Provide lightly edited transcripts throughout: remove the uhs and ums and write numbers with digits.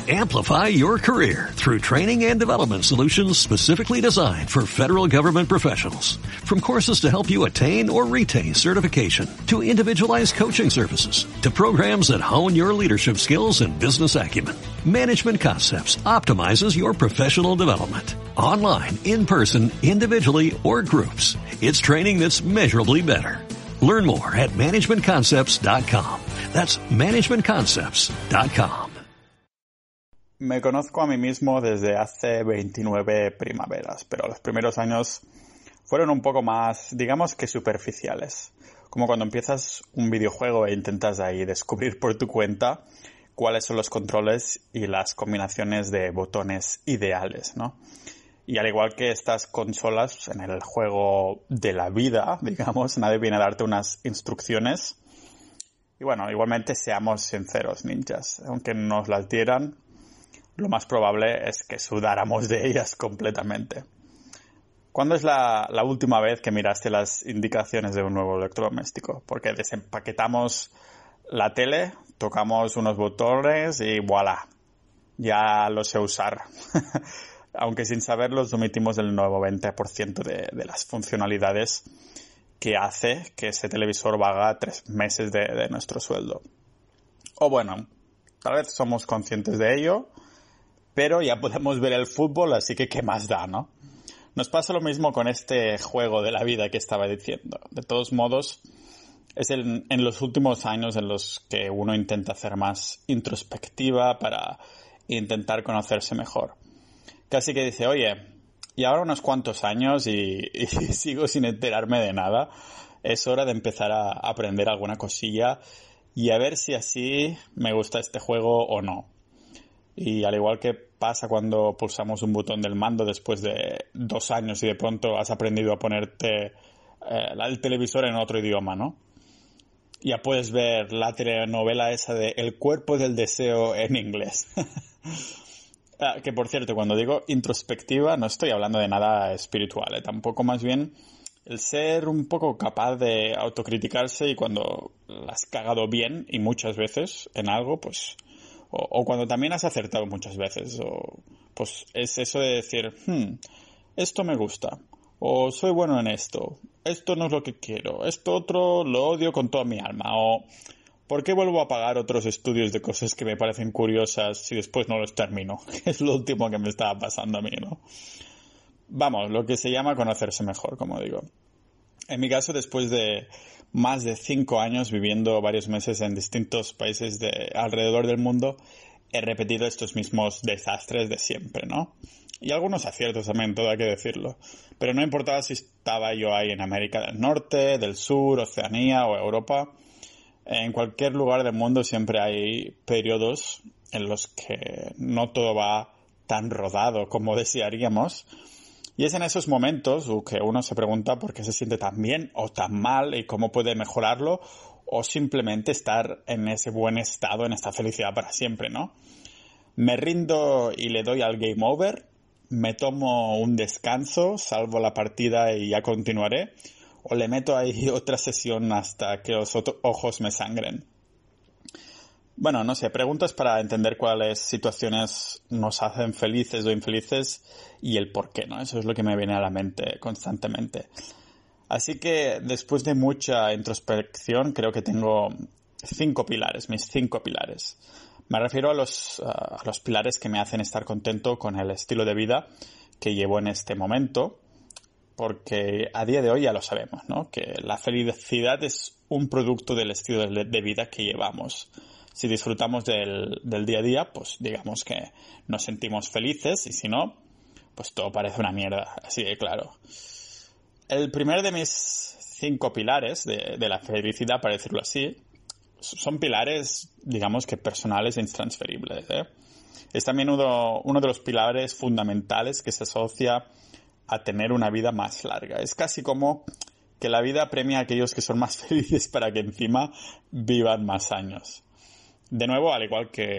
Amplify your career through training and development solutions specifically designed for federal government professionals. From courses to help you attain or retain certification, to individualized coaching services, to programs that hone your leadership skills and business acumen, Management Concepts optimizes your professional development. Online, in person, individually, or groups, it's training that's measurably better. Learn more at managementconcepts.com. That's managementconcepts.com. Me conozco a mí mismo desde hace 29 primaveras, pero los primeros años fueron un poco más, digamos que superficiales. Como cuando empiezas un videojuego e intentas ahí descubrir por tu cuenta cuáles son los controles y las combinaciones de botones ideales, ¿no? Y al igual que estas consolas en el juego de la vida, digamos, nadie viene a darte unas instrucciones. Y bueno, igualmente seamos sinceros, ninjas. Aunque nos las dieran, lo más probable es que sudáramos de ellas completamente. ¿Cuándo es la última vez que miraste las indicaciones de un nuevo electrodoméstico? Porque desempaquetamos la tele, tocamos unos botones y voilà, ya lo sé usar. Aunque sin saberlo omitimos el nuevo 20% de las funcionalidades que hace que ese televisor valga 3 meses de nuestro sueldo. O bueno, tal vez somos conscientes de ello, pero ya podemos ver el fútbol, así que ¿qué más da, no? Nos pasa lo mismo con este juego de la vida que estaba diciendo. De todos modos, es en los últimos años en los que uno intenta hacer más introspectiva para intentar conocerse mejor. Casi que dice, oye, y ahora unos cuantos años y sigo sin enterarme de nada. Es hora de empezar a aprender alguna cosilla y a ver si así me gusta este juego o no. Y al igual que pasa cuando pulsamos un botón del mando después de 2 años y de pronto has aprendido a ponerte el televisor en otro idioma, ¿no? Ya puedes ver la telenovela esa de El cuerpo del deseo en inglés. Que por cierto, cuando digo introspectiva no estoy hablando de nada espiritual, tampoco, más bien el ser un poco capaz de autocriticarse y cuando la has cagado bien y muchas veces en algo, pues o cuando también has acertado muchas veces, o pues es eso de decir, esto me gusta, o soy bueno en esto no es lo que quiero, esto otro lo odio con toda mi alma, o ¿por qué vuelvo a pagar otros estudios de cosas que me parecen curiosas si después no los termino? Es lo último que me estaba pasando a mí, ¿no? Vamos, lo que se llama conocerse mejor, como digo. En mi caso, después de más de 5 años viviendo varios meses en distintos países de alrededor del mundo, he repetido estos mismos desastres de siempre, ¿no? Y algunos aciertos también, todo hay que decirlo. Pero no importaba si estaba yo ahí en América del Norte, del Sur, Oceanía o Europa. En cualquier lugar del mundo siempre hay periodos en los que no todo va tan rodado como desearíamos. Y es en esos momentos que uno se pregunta por qué se siente tan bien o tan mal y cómo puede mejorarlo, o simplemente estar en ese buen estado, en esta felicidad para siempre, ¿no? Me rindo y le doy al game over, me tomo un descanso, salvo la partida y ya continuaré, o le meto ahí otra sesión hasta que los ojos me sangren. Bueno, no sé, preguntas para entender cuáles situaciones nos hacen felices o infelices y el por qué, ¿no? Eso es lo que me viene a la mente constantemente. Así que después de mucha introspección, creo que tengo 5 pilares, mis 5 pilares. Me refiero a los pilares que me hacen estar contento con el estilo de vida que llevo en este momento, porque a día de hoy ya lo sabemos, ¿no? Que la felicidad es un producto del estilo de vida que llevamos. Si disfrutamos del día a día, pues digamos que nos sentimos felices, y si no, pues todo parece una mierda, así de claro. El primer de mis 5 pilares de la felicidad, para decirlo así, son pilares, digamos que personales e intransferibles, ¿eh? Es también uno de los pilares fundamentales que se asocia a tener una vida más larga. Es casi como que la vida premia a aquellos que son más felices para que encima vivan más años. De nuevo, al igual que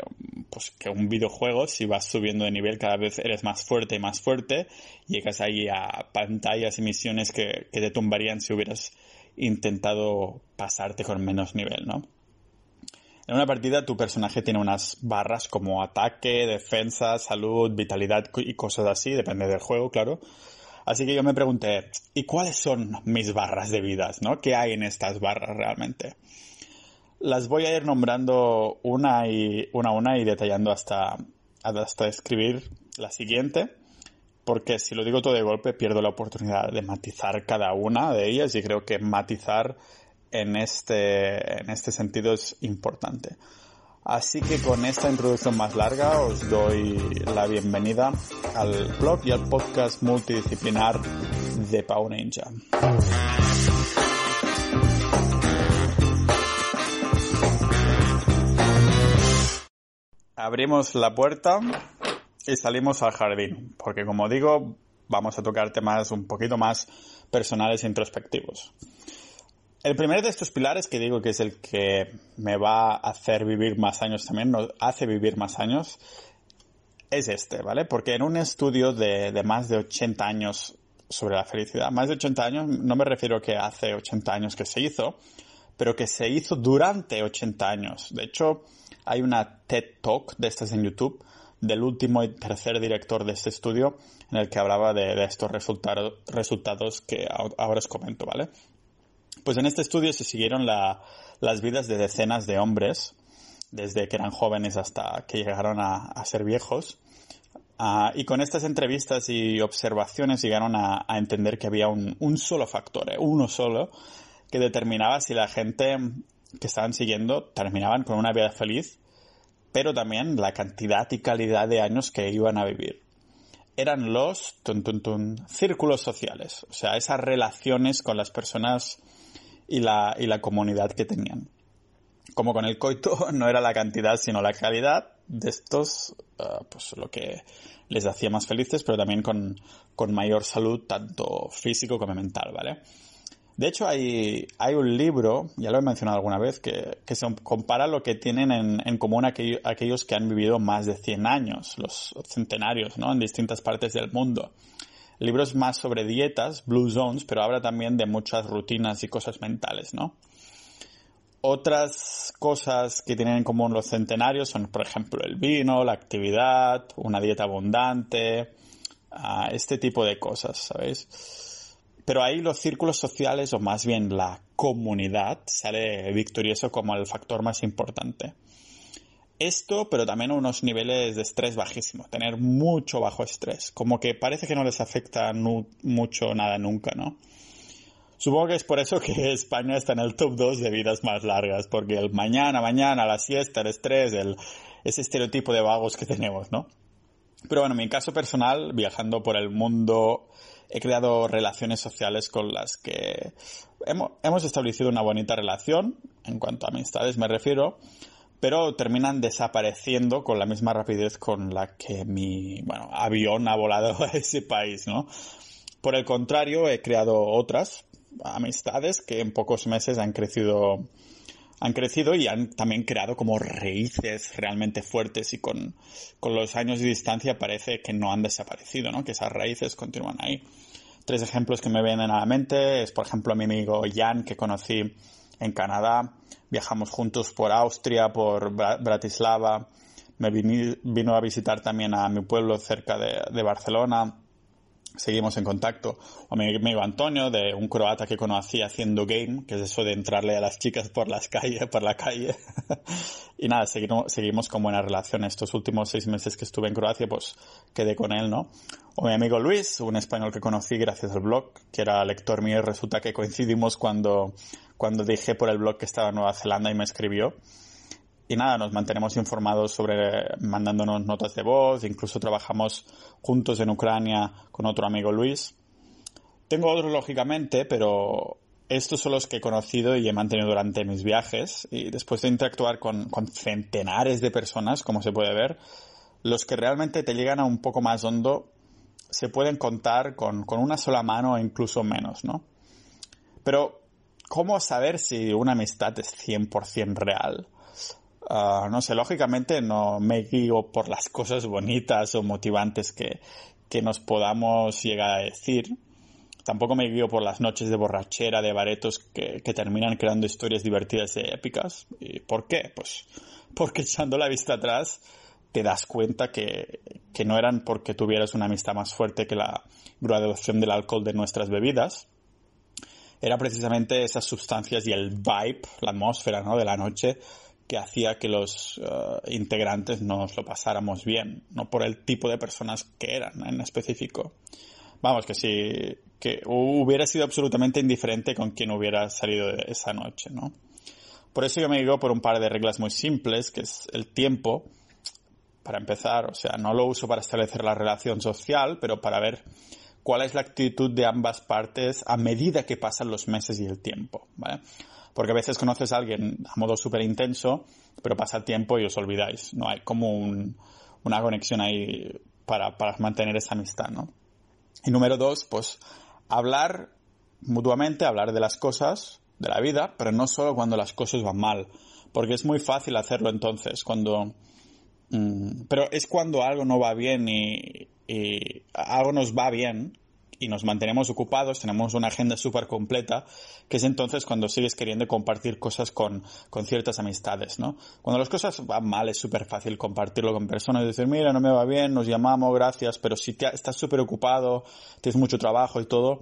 un videojuego, si vas subiendo de nivel cada vez eres más fuerte y más fuerte, llegas ahí a pantallas y misiones que te tumbarían si hubieras intentado pasarte con menos nivel, ¿no? En una partida tu personaje tiene unas barras como ataque, defensa, salud, vitalidad y cosas así, depende del juego, claro. Así que yo me pregunté, ¿y cuáles son mis barras de vidas, no? ¿Qué hay en estas barras realmente? Las voy a ir nombrando una a una y detallando hasta escribir la siguiente, porque si lo digo todo de golpe pierdo la oportunidad de matizar cada una de ellas y creo que matizar en este sentido es importante. Así que con esta introducción más larga os doy la bienvenida al blog y al podcast multidisciplinar de Pau Ninja. Abrimos la puerta y salimos al jardín, porque como digo, vamos a tocar temas un poquito más personales e introspectivos. El primero de estos pilares, que digo que es el que me va a hacer vivir más años también, nos hace vivir más años, es este, ¿vale? Porque en un estudio de más de 80 años sobre la felicidad, más de 80 años, no me refiero que hace 80 años que se hizo, pero que se hizo durante 80 años. De hecho, hay una TED Talk de estas en YouTube del último y tercer director de este estudio en el que hablaba de estos resultados que ahora os comento, ¿vale? Pues en este estudio se siguieron las vidas de decenas de hombres, desde que eran jóvenes hasta que llegaron a ser viejos. Y con estas entrevistas y observaciones llegaron a entender que había un solo factor, uno solo, que determinaba si la gente que estaban siguiendo terminaban con una vida feliz, pero también la cantidad y calidad de años que iban a vivir. Eran los círculos sociales, o sea, esas relaciones con las personas y la comunidad que tenían. Como con el coito, no era la cantidad sino la calidad de estos, pues lo que les hacía más felices, pero también con mayor salud, tanto físico como mental, ¿vale? De hecho, hay un libro, ya lo he mencionado alguna vez, que se compara lo que tienen en común aquellos que han vivido más de 100 años, los centenarios, ¿no? En distintas partes del mundo. El libro es más sobre dietas, Blue Zones, pero habla también de muchas rutinas y cosas mentales, ¿no? Otras cosas que tienen en común los centenarios son, por ejemplo, el vino, la actividad, una dieta abundante, este tipo de cosas, ¿sabéis? Pero ahí los círculos sociales, o más bien la comunidad, sale victorioso como el factor más importante. Esto, pero también unos niveles de estrés bajísimos, tener mucho bajo estrés, como que parece que no les afecta mucho nada nunca, ¿no? Supongo que es por eso que España está en el top 2 de vidas más largas, porque el mañana, la siesta, el estrés, ese estereotipo de vagos que tenemos, ¿no? Pero bueno, en mi caso personal, viajando por el mundo, he creado relaciones sociales con las que hemos establecido una bonita relación, en cuanto a amistades me refiero, pero terminan desapareciendo con la misma rapidez con la que mi avión ha volado a ese país, ¿no? Por el contrario, he creado otras amistades que en pocos meses han crecido y han también creado como raíces realmente fuertes y con los años de distancia parece que no han desaparecido, ¿no? Que esas raíces continúan ahí. 3 ejemplos que me vienen a la mente es, por ejemplo, mi amigo Jan, que conocí en Canadá. Viajamos juntos por Austria, por Bratislava. Me vino a visitar también a mi pueblo cerca de Barcelona. Seguimos en contacto. O mi amigo Antonio, de un croata que conocí haciendo game, que es eso de entrarle a las chicas por la calle. Y nada, seguimos con buena relación. Estos últimos 6 meses que estuve en Croacia, pues quedé con él, ¿no? O mi amigo Luis, un español que conocí gracias al blog, que era lector mío, y resulta que coincidimos cuando dije por el blog que estaba en Nueva Zelanda y me escribió. Y nada, nos mantenemos informados mandándonos notas de voz, incluso trabajamos juntos en Ucrania con otro amigo Luis. Tengo otros, lógicamente, pero estos son los que he conocido y he mantenido durante mis viajes. Y después de interactuar con centenares de personas, como se puede ver, los que realmente te llegan a un poco más hondo se pueden contar con una sola mano o incluso menos, ¿no? Pero, ¿cómo saber si una amistad es 100% real? No sé, lógicamente no me guío por las cosas bonitas o motivantes que nos podamos llegar a decir. Tampoco me guío por las noches de borrachera de baretos que terminan creando historias divertidas y épicas. ¿Y por qué? Pues porque echando la vista atrás te das cuenta que no eran porque tuvieras una amistad más fuerte que la graduación del alcohol de nuestras bebidas. Era precisamente esas sustancias y el vibe, la atmósfera, ¿no?, de la noche que hacía que los integrantes nos lo pasáramos bien, no por el tipo de personas que eran en específico. Vamos, que hubiera sido absolutamente indiferente con quién hubiera salido de esa noche, ¿no? Por eso yo me digo por un par de reglas muy simples, que es el tiempo, para empezar. O sea, no lo uso para establecer la relación social, pero para ver cuál es la actitud de ambas partes a medida que pasan los meses y el tiempo, ¿vale? Porque a veces conoces a alguien a modo súper intenso, pero pasa el tiempo y os olvidáis. No hay como una conexión ahí para mantener esa amistad, ¿no? Y número 2, pues hablar mutuamente, hablar de las cosas, de la vida, pero no solo cuando las cosas van mal. Porque es muy fácil hacerlo entonces, pero es cuando algo no va bien y algo nos va bien y nos mantenemos ocupados, tenemos una agenda súper completa, que es entonces cuando sigues queriendo compartir cosas con ciertas amistades, ¿no? Cuando las cosas van mal es súper fácil compartirlo con personas y decir, mira, no me va bien, nos llamamos, gracias, pero si estás súper ocupado, tienes mucho trabajo y todo,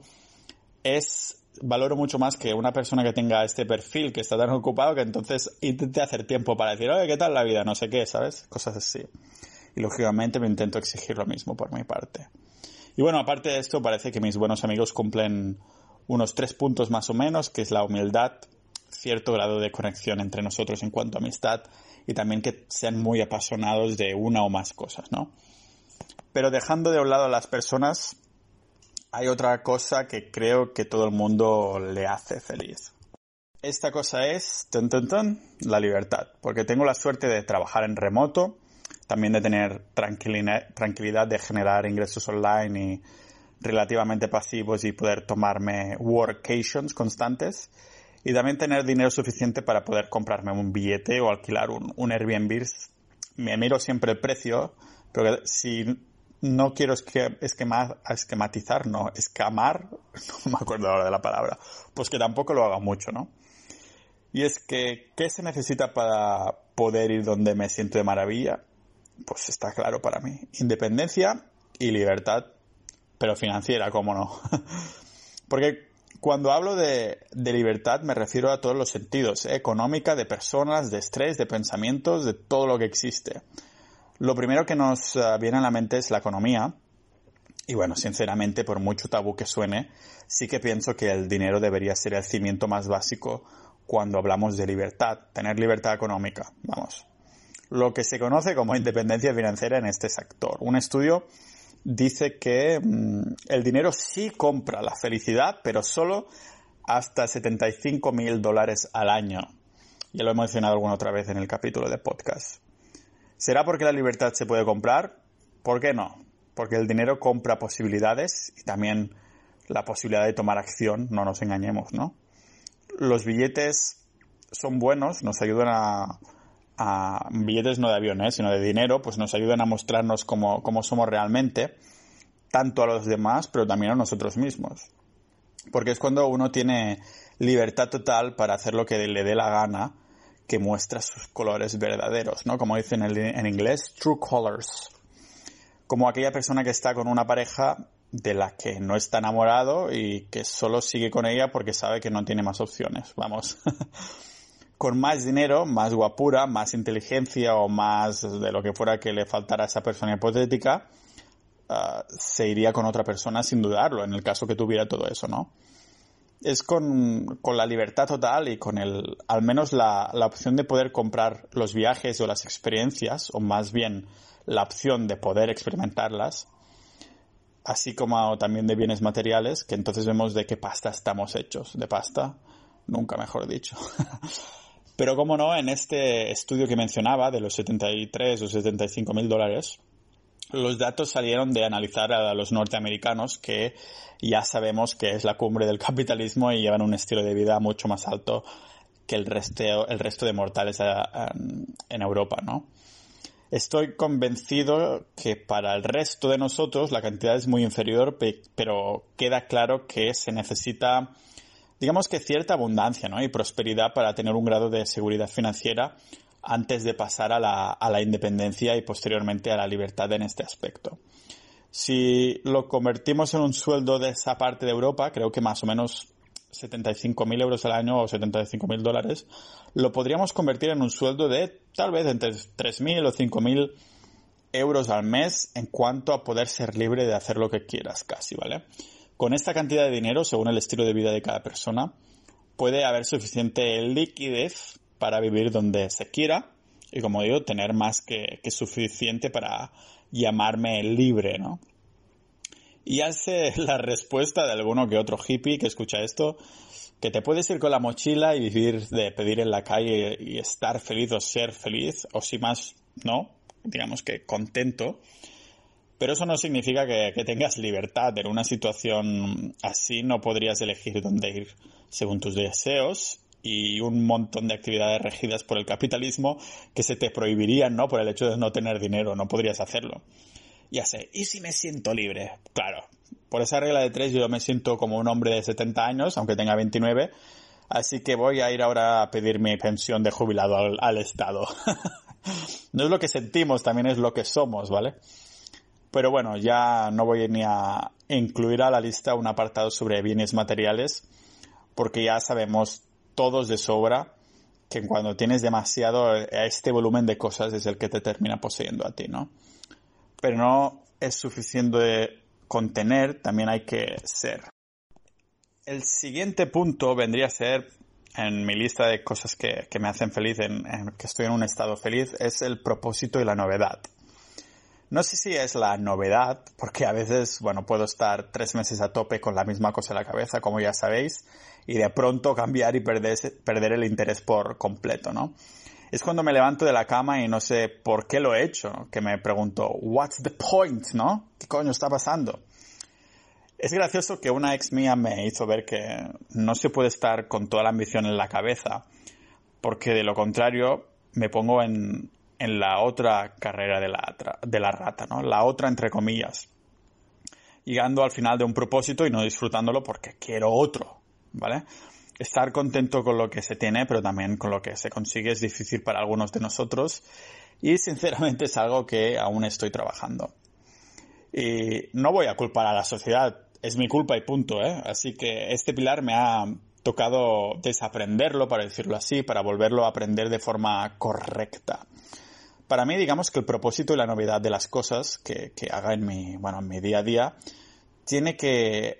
valoro mucho más que una persona que tenga este perfil, que está tan ocupado, que entonces intente hacer tiempo para decir, oye, ¿qué tal la vida? No sé qué, ¿sabes? Cosas así. Y lógicamente me intento exigir lo mismo por mi parte. Y bueno, aparte de esto, parece que mis buenos amigos cumplen unos 3 puntos más o menos, que es la humildad, cierto grado de conexión entre nosotros en cuanto a amistad, y también que sean muy apasionados de una o más cosas, ¿no? Pero dejando de un lado a las personas, hay otra cosa que creo que todo el mundo le hace feliz. Esta cosa es, la libertad. Porque tengo la suerte de trabajar en remoto, también de tener tranquilidad de generar ingresos online y relativamente pasivos y poder tomarme workations constantes. Y también tener dinero suficiente para poder comprarme un billete o alquilar un Airbnb. Me miro siempre el precio, pero si no quiero esquematizar, no me acuerdo ahora de la palabra, pues que tampoco lo haga mucho, ¿no? Y es que, ¿qué se necesita para poder ir donde me siento de maravilla? Pues está claro para mí. Independencia y libertad, pero financiera, cómo no. Porque cuando hablo de libertad me refiero a todos los sentidos, económica, de personas, de estrés, de pensamientos, de todo lo que existe. Lo primero que nos viene a la mente es la economía. Y bueno, sinceramente, por mucho tabú que suene, sí que pienso que el dinero debería ser el cimiento más básico cuando hablamos de libertad, tener libertad económica, vamos. Lo que se conoce como independencia financiera en este sector. Un estudio dice que el dinero sí compra la felicidad, pero solo hasta $75,000 al año. Ya lo he mencionado alguna otra vez en el capítulo de podcast. ¿Será porque la libertad se puede comprar? ¿Por qué no? Porque el dinero compra posibilidades y también la posibilidad de tomar acción, no nos engañemos, ¿no? Los billetes son buenos, nos ayudan a billetes no de avión, sino de dinero, pues nos ayudan a mostrarnos cómo somos realmente, tanto a los demás, pero también a nosotros mismos. Porque es cuando uno tiene libertad total para hacer lo que le dé la gana, que muestra sus colores verdaderos, ¿no? Como dicen en inglés, true colors. Como aquella persona que está con una pareja de la que no está enamorado y que solo sigue con ella porque sabe que no tiene más opciones. Vamos. Con más dinero, más guapura, más inteligencia o más de lo que fuera que le faltara a esa persona hipotética, se iría con otra persona sin dudarlo, en el caso que tuviera todo eso, ¿no? Es con la libertad total y con al menos la opción de poder comprar los viajes o las experiencias, o más bien la opción de poder experimentarlas, así como también de bienes materiales, que entonces vemos de qué pasta estamos hechos. De pasta, nunca mejor dicho. Pero cómo no, en este estudio que mencionaba, de los 73 o $75,000, los datos salieron de analizar a los norteamericanos, que ya sabemos que es la cumbre del capitalismo y llevan un estilo de vida mucho más alto que el resto de mortales en Europa, ¿no? Estoy convencido que para el resto de nosotros la cantidad es muy inferior, pero queda claro que se necesita, digamos que cierta abundancia, ¿no? Y prosperidad para tener un grado de seguridad financiera antes de pasar a la independencia y posteriormente a la libertad en este aspecto. Si lo convertimos en un sueldo de esa parte de Europa, creo que más o menos 75.000 euros al año o 75.000 dólares, lo podríamos convertir en un sueldo de tal vez entre 3.000 o 5.000 euros al mes en cuanto a poder ser libre de hacer lo que quieras casi, ¿vale? Con esta cantidad de dinero, según el estilo de vida de cada persona, puede haber suficiente liquidez para vivir donde se quiera y, como digo, tener más que suficiente para llamarme libre, ¿no? Y hace la respuesta de alguno que otro hippie que escucha esto, que te puedes ir con la mochila y vivir de pedir en la calle y estar feliz o ser feliz, o si más no, digamos que contento, pero eso no significa que tengas libertad. En una situación así no podrías elegir dónde ir según tus deseos y un montón de actividades regidas por el capitalismo que se te prohibirían, ¿no? Por el hecho de no tener dinero, no podrías hacerlo. Ya sé, ¿y si me siento libre? Claro, por esa regla de 3 yo me siento como un hombre de 70 años, aunque tenga 29, así que voy a ir ahora a pedir mi pensión de jubilado al Estado. No es lo que sentimos, también es lo que somos, ¿vale? Pero bueno, ya no voy ni a incluir a la lista un apartado sobre bienes materiales, porque ya sabemos todos de sobra que cuando tienes demasiado, este volumen de cosas es el que te termina poseyendo a ti, ¿no? Pero no es suficiente con tener, también hay que ser. El siguiente punto vendría a ser, en mi lista de cosas que me hacen feliz, en que estoy en un estado feliz, es el propósito y la novedad. No sé si es la novedad, porque a veces, bueno, puedo estar 3 meses a tope con la misma cosa en la cabeza, como ya sabéis, y de pronto cambiar y perder el interés por completo, ¿no? Es cuando me levanto de la cama y no sé por qué lo he hecho, que me pregunto, what's the point, ¿no? ¿Qué coño está pasando? Es gracioso que una ex mía me hizo ver que no se puede estar con toda la ambición en la cabeza, porque de lo contrario me pongo en la otra carrera de la rata, ¿no? La otra entre comillas. Llegando al final de un propósito y no disfrutándolo porque quiero otro, ¿vale? Estar contento con lo que se tiene, pero también con lo que se consigue es difícil para algunos de nosotros y sinceramente es algo que aún estoy trabajando. Y no voy a culpar a la sociedad, es mi culpa y punto, ¿eh? Así que este pilar me ha tocado desaprenderlo, para decirlo así, para volverlo a aprender de forma correcta. Para mí, digamos que el propósito y la novedad de las cosas que haga en mi día a día tiene que,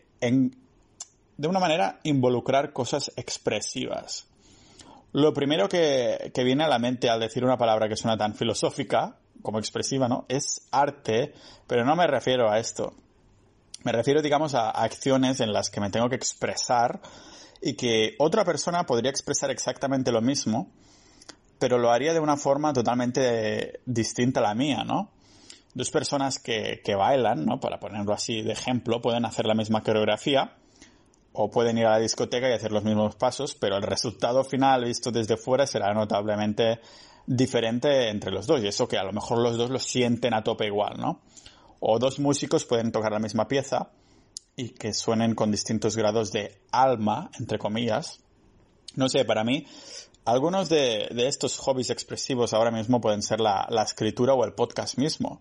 de una manera, involucrar cosas expresivas. Lo primero que viene a la mente al decir una palabra que suena tan filosófica como expresiva, ¿no? Es arte, pero no me refiero a esto. Me refiero, digamos, a acciones en las que me tengo que expresar y que otra persona podría expresar exactamente lo mismo, pero lo haría de una forma totalmente distinta a la mía, ¿no? Dos personas que bailan, ¿no? Para ponerlo así de ejemplo, pueden hacer la misma coreografía o pueden ir a la discoteca y hacer los mismos pasos, pero el resultado final visto desde fuera será notablemente diferente entre los dos, y eso que a lo mejor los dos lo sienten a tope igual, ¿no? O dos músicos pueden tocar la misma pieza y que suenen con distintos grados de alma, entre comillas. No sé, para mí, algunos de estos hobbies expresivos ahora mismo pueden ser la escritura o el podcast mismo.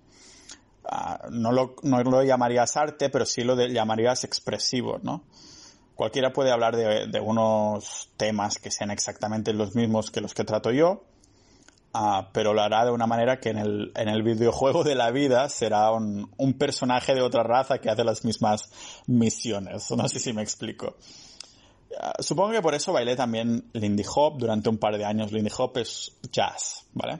No lo llamarías arte, pero sí lo llamarías expresivo, ¿no? Cualquiera puede hablar de unos temas que sean exactamente los mismos que los que trato yo, pero lo hará de una manera que en el videojuego de la vida será un personaje de otra raza que hace las mismas misiones. No sé si me explico. Supongo que por eso bailé también Lindy Hop durante un par de años. Lindy Hop es jazz, ¿vale?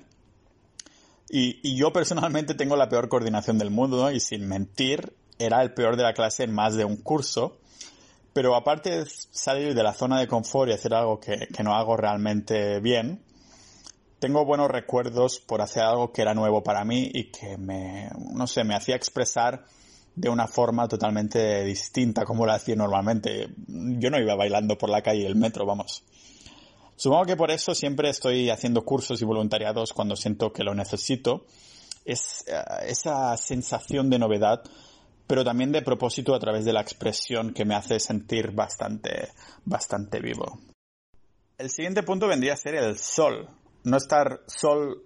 Y yo personalmente tengo la peor coordinación del mundo, ¿no? Y sin mentir, era el peor de la clase en más de un curso. Pero aparte de salir de la zona de confort y hacer algo que no hago realmente bien, tengo buenos recuerdos por hacer algo que era nuevo para mí y que me hacía expresar de una forma totalmente distinta como lo hacía normalmente. Yo no iba bailando por la calle y el metro, vamos. Supongo que por eso siempre estoy haciendo cursos y voluntariados cuando siento que lo necesito, esa sensación de novedad, pero también de propósito a través de la expresión que me hace sentir bastante vivo. El siguiente punto vendría a ser el sol. No estar sol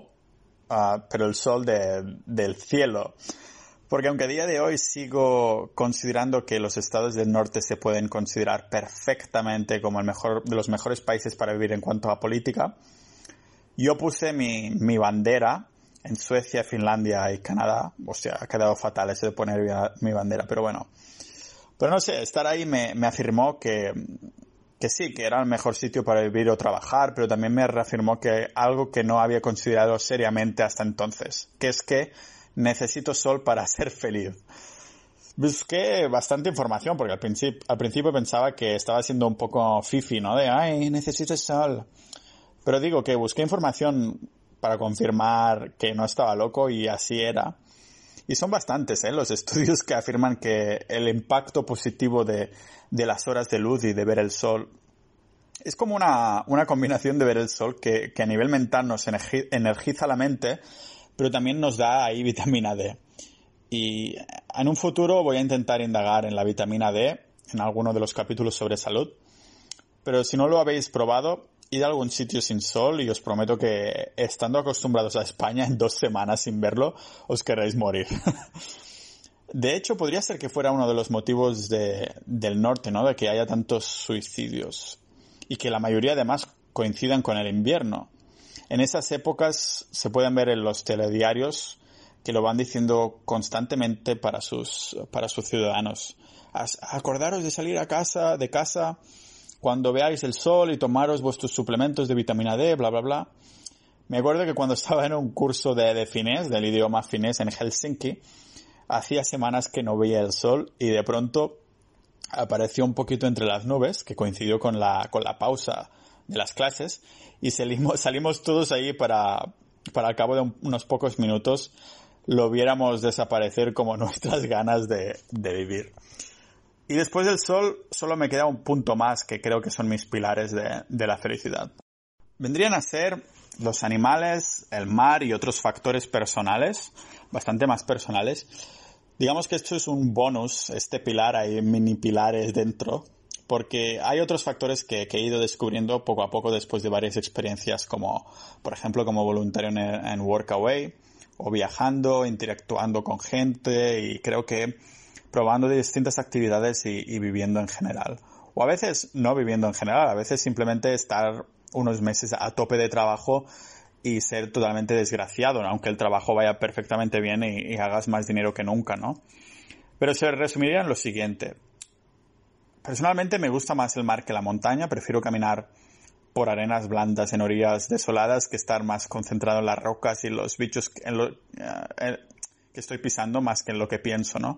pero el sol del cielo. Porque aunque a día de hoy sigo considerando que los estados del norte se pueden considerar perfectamente como el mejor de los mejores países para vivir en cuanto a política, yo puse mi bandera en Suecia, Finlandia y Canadá. Hostia, ha quedado fatal eso de poner mi bandera, pero bueno. Pero no sé, estar ahí me afirmó que sí, que era el mejor sitio para vivir o trabajar, pero también me reafirmó que algo que no había considerado seriamente hasta entonces, que es que necesito sol para ser feliz. Busqué bastante información porque al principio pensaba que estaba siendo un poco fifi, ¿no? De, ay, necesito sol. Pero digo que busqué información para confirmar que no estaba loco y así era. Y son bastantes, los estudios que afirman que el impacto positivo de las horas de luz y de ver el sol es como una combinación de ver el sol que a nivel mental nos energiza la mente, pero también nos da ahí vitamina D. Y en un futuro voy a intentar indagar en la vitamina D en alguno de los capítulos sobre salud. Pero si no lo habéis probado, id a algún sitio sin sol y os prometo que estando acostumbrados a España, en 2 semanas sin verlo, os querréis morir. De hecho, podría ser que fuera uno de los motivos del norte, ¿no? De que haya tantos suicidios. Y que la mayoría además coincidan con el invierno. En esas épocas se pueden ver en los telediarios que lo van diciendo constantemente para sus ciudadanos. Acordaros de salir de casa cuando veáis el sol y tomaros vuestros suplementos de vitamina D, bla, bla, bla. Me acuerdo que cuando estaba en un curso de finés, del idioma finés en Helsinki, hacía semanas que no veía el sol y de pronto apareció un poquito entre las nubes, que coincidió con la pausa de las clases, y salimos todos ahí para al cabo de unos pocos minutos lo viéramos desaparecer como nuestras ganas de vivir. Y después del sol solo me queda un punto más que creo que son mis pilares de la felicidad. Vendrían a ser los animales, el mar y otros factores personales, bastante más personales. Digamos que esto es un bonus, este pilar, hay mini pilares dentro, porque hay otros factores que he ido descubriendo poco a poco después de varias experiencias, como por ejemplo como voluntario en Workaway, o viajando, interactuando con gente y creo que probando distintas actividades y viviendo en general. O a veces no viviendo en general, a veces simplemente estar unos meses a tope de trabajo y ser totalmente desgraciado, ¿no? Aunque el trabajo vaya perfectamente bien y hagas más dinero que nunca, ¿no? Pero se resumiría en lo siguiente. Personalmente me gusta más el mar que la montaña, prefiero caminar por arenas blandas en orillas desoladas que estar más concentrado en las rocas y los bichos que estoy pisando más que en lo que pienso, ¿no?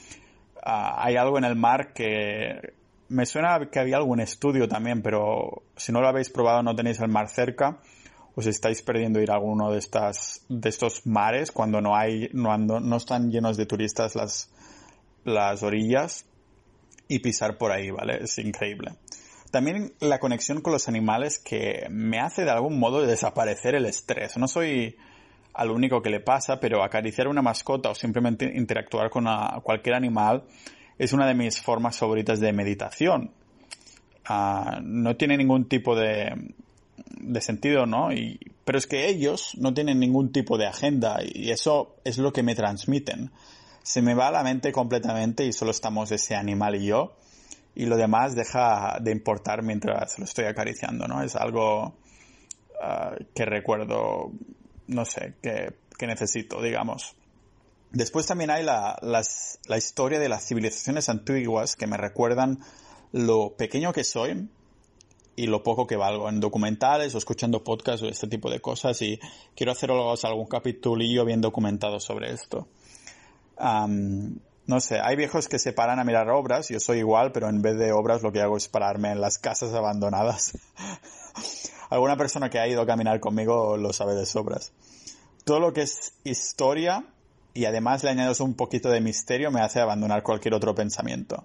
Hay algo en el mar que me suena que había algún estudio también, pero si no lo habéis probado, no tenéis el mar cerca, os estáis perdiendo ir a alguno de estos mares cuando no están llenos de turistas las orillas y pisar por ahí, ¿vale? Es increíble. También la conexión con los animales que me hace de algún modo desaparecer el estrés. No soy al único que le pasa, pero acariciar una mascota o simplemente interactuar con cualquier animal es una de mis formas favoritas de meditación. No tiene ningún tipo de sentido, ¿no? Pero es que ellos no tienen ningún tipo de agenda y eso es lo que me transmiten. Se me va la mente completamente y solo estamos ese animal y yo. Y lo demás deja de importar mientras lo estoy acariciando, ¿no? Es algo que recuerdo, no sé, que necesito, digamos. Después también hay la historia de las civilizaciones antiguas que me recuerdan lo pequeño que soy y lo poco que valgo en documentales o escuchando podcasts o este tipo de cosas, y quiero haceros algún capitulillo bien documentado sobre esto. No sé, hay viejos que se paran a mirar obras, yo soy igual, pero en vez de obras lo que hago es pararme en las casas abandonadas. Alguna persona que ha ido a caminar conmigo lo sabe de sobras. Todo lo que es historia y además le añades un poquito de misterio me hace abandonar cualquier otro pensamiento.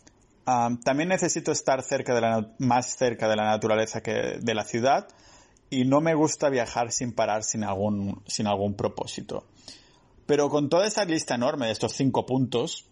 También necesito estar más cerca de la naturaleza que de la ciudad, y no me gusta viajar sin parar, sin algún propósito. Pero con toda esa lista enorme de estos 5 puntos,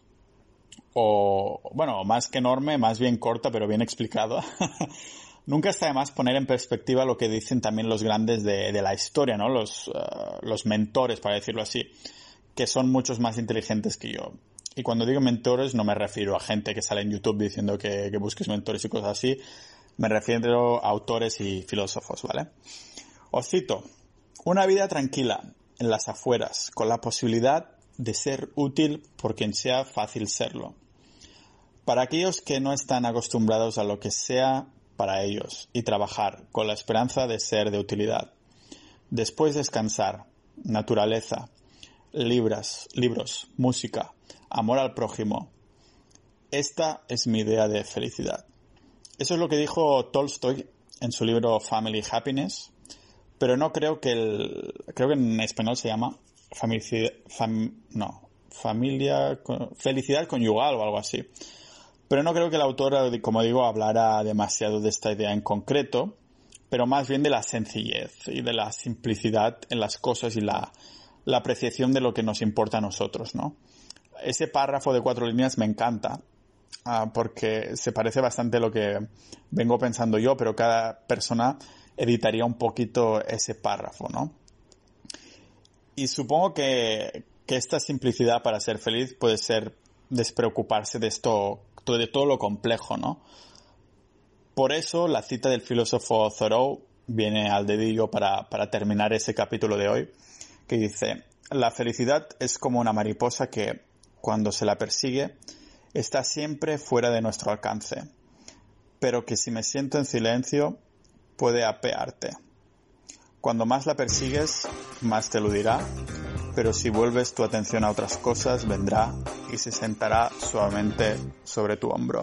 más que enorme, más bien corta, pero bien explicada, nunca está de más poner en perspectiva lo que dicen también los grandes de la historia, ¿no? Los mentores, para decirlo así, que son muchos más inteligentes que yo. Y cuando digo mentores no me refiero a gente que sale en YouTube diciendo que busques mentores y cosas así. Me refiero a autores y filósofos, ¿vale? Os cito: una vida tranquila en las afueras, con la posibilidad de ser útil por quien sea fácil serlo. Para aquellos que no están acostumbrados a lo que sea para ellos y trabajar con la esperanza de ser de utilidad. Después descansar, naturaleza, libros, música, amor al prójimo. Esta es mi idea de felicidad. Eso es lo que dijo Tolstoy en su libro Family Happiness, pero no creo que creo que en español se llama felicidad conyugal o algo así. Pero no creo que el autor, como digo, hablara demasiado de esta idea en concreto, pero más bien de la sencillez y de la simplicidad en las cosas y la apreciación de lo que nos importa a nosotros, ¿no? Ese párrafo de 4 líneas me encanta, porque se parece bastante a lo que vengo pensando yo, pero cada persona editaría un poquito ese párrafo, ¿no? Y supongo que esta simplicidad para ser feliz puede ser despreocuparse de todo lo complejo, ¿no? Por eso la cita del filósofo Thoreau viene al dedillo para terminar ese capítulo de hoy, que dice: la felicidad es como una mariposa que, cuando se la persigue, está siempre fuera de nuestro alcance, pero que si me siento en silencio, puede apearte. Cuando más la persigues, más te eludirá, pero si vuelves tu atención a otras cosas, vendrá y se sentará suavemente sobre tu hombro.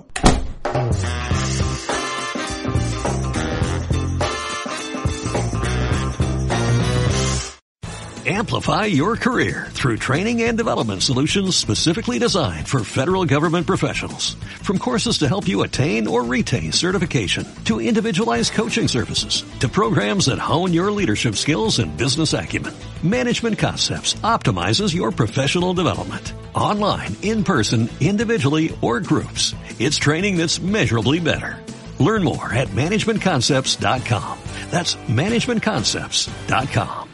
Amplify your career through training and development solutions specifically designed for federal government professionals. From courses to help you attain or retain certification, to individualized coaching services, to programs that hone your leadership skills and business acumen, Management Concepts optimizes your professional development. Online, in person, individually, or groups, it's training that's measurably better. Learn more at managementconcepts.com. That's managementconcepts.com.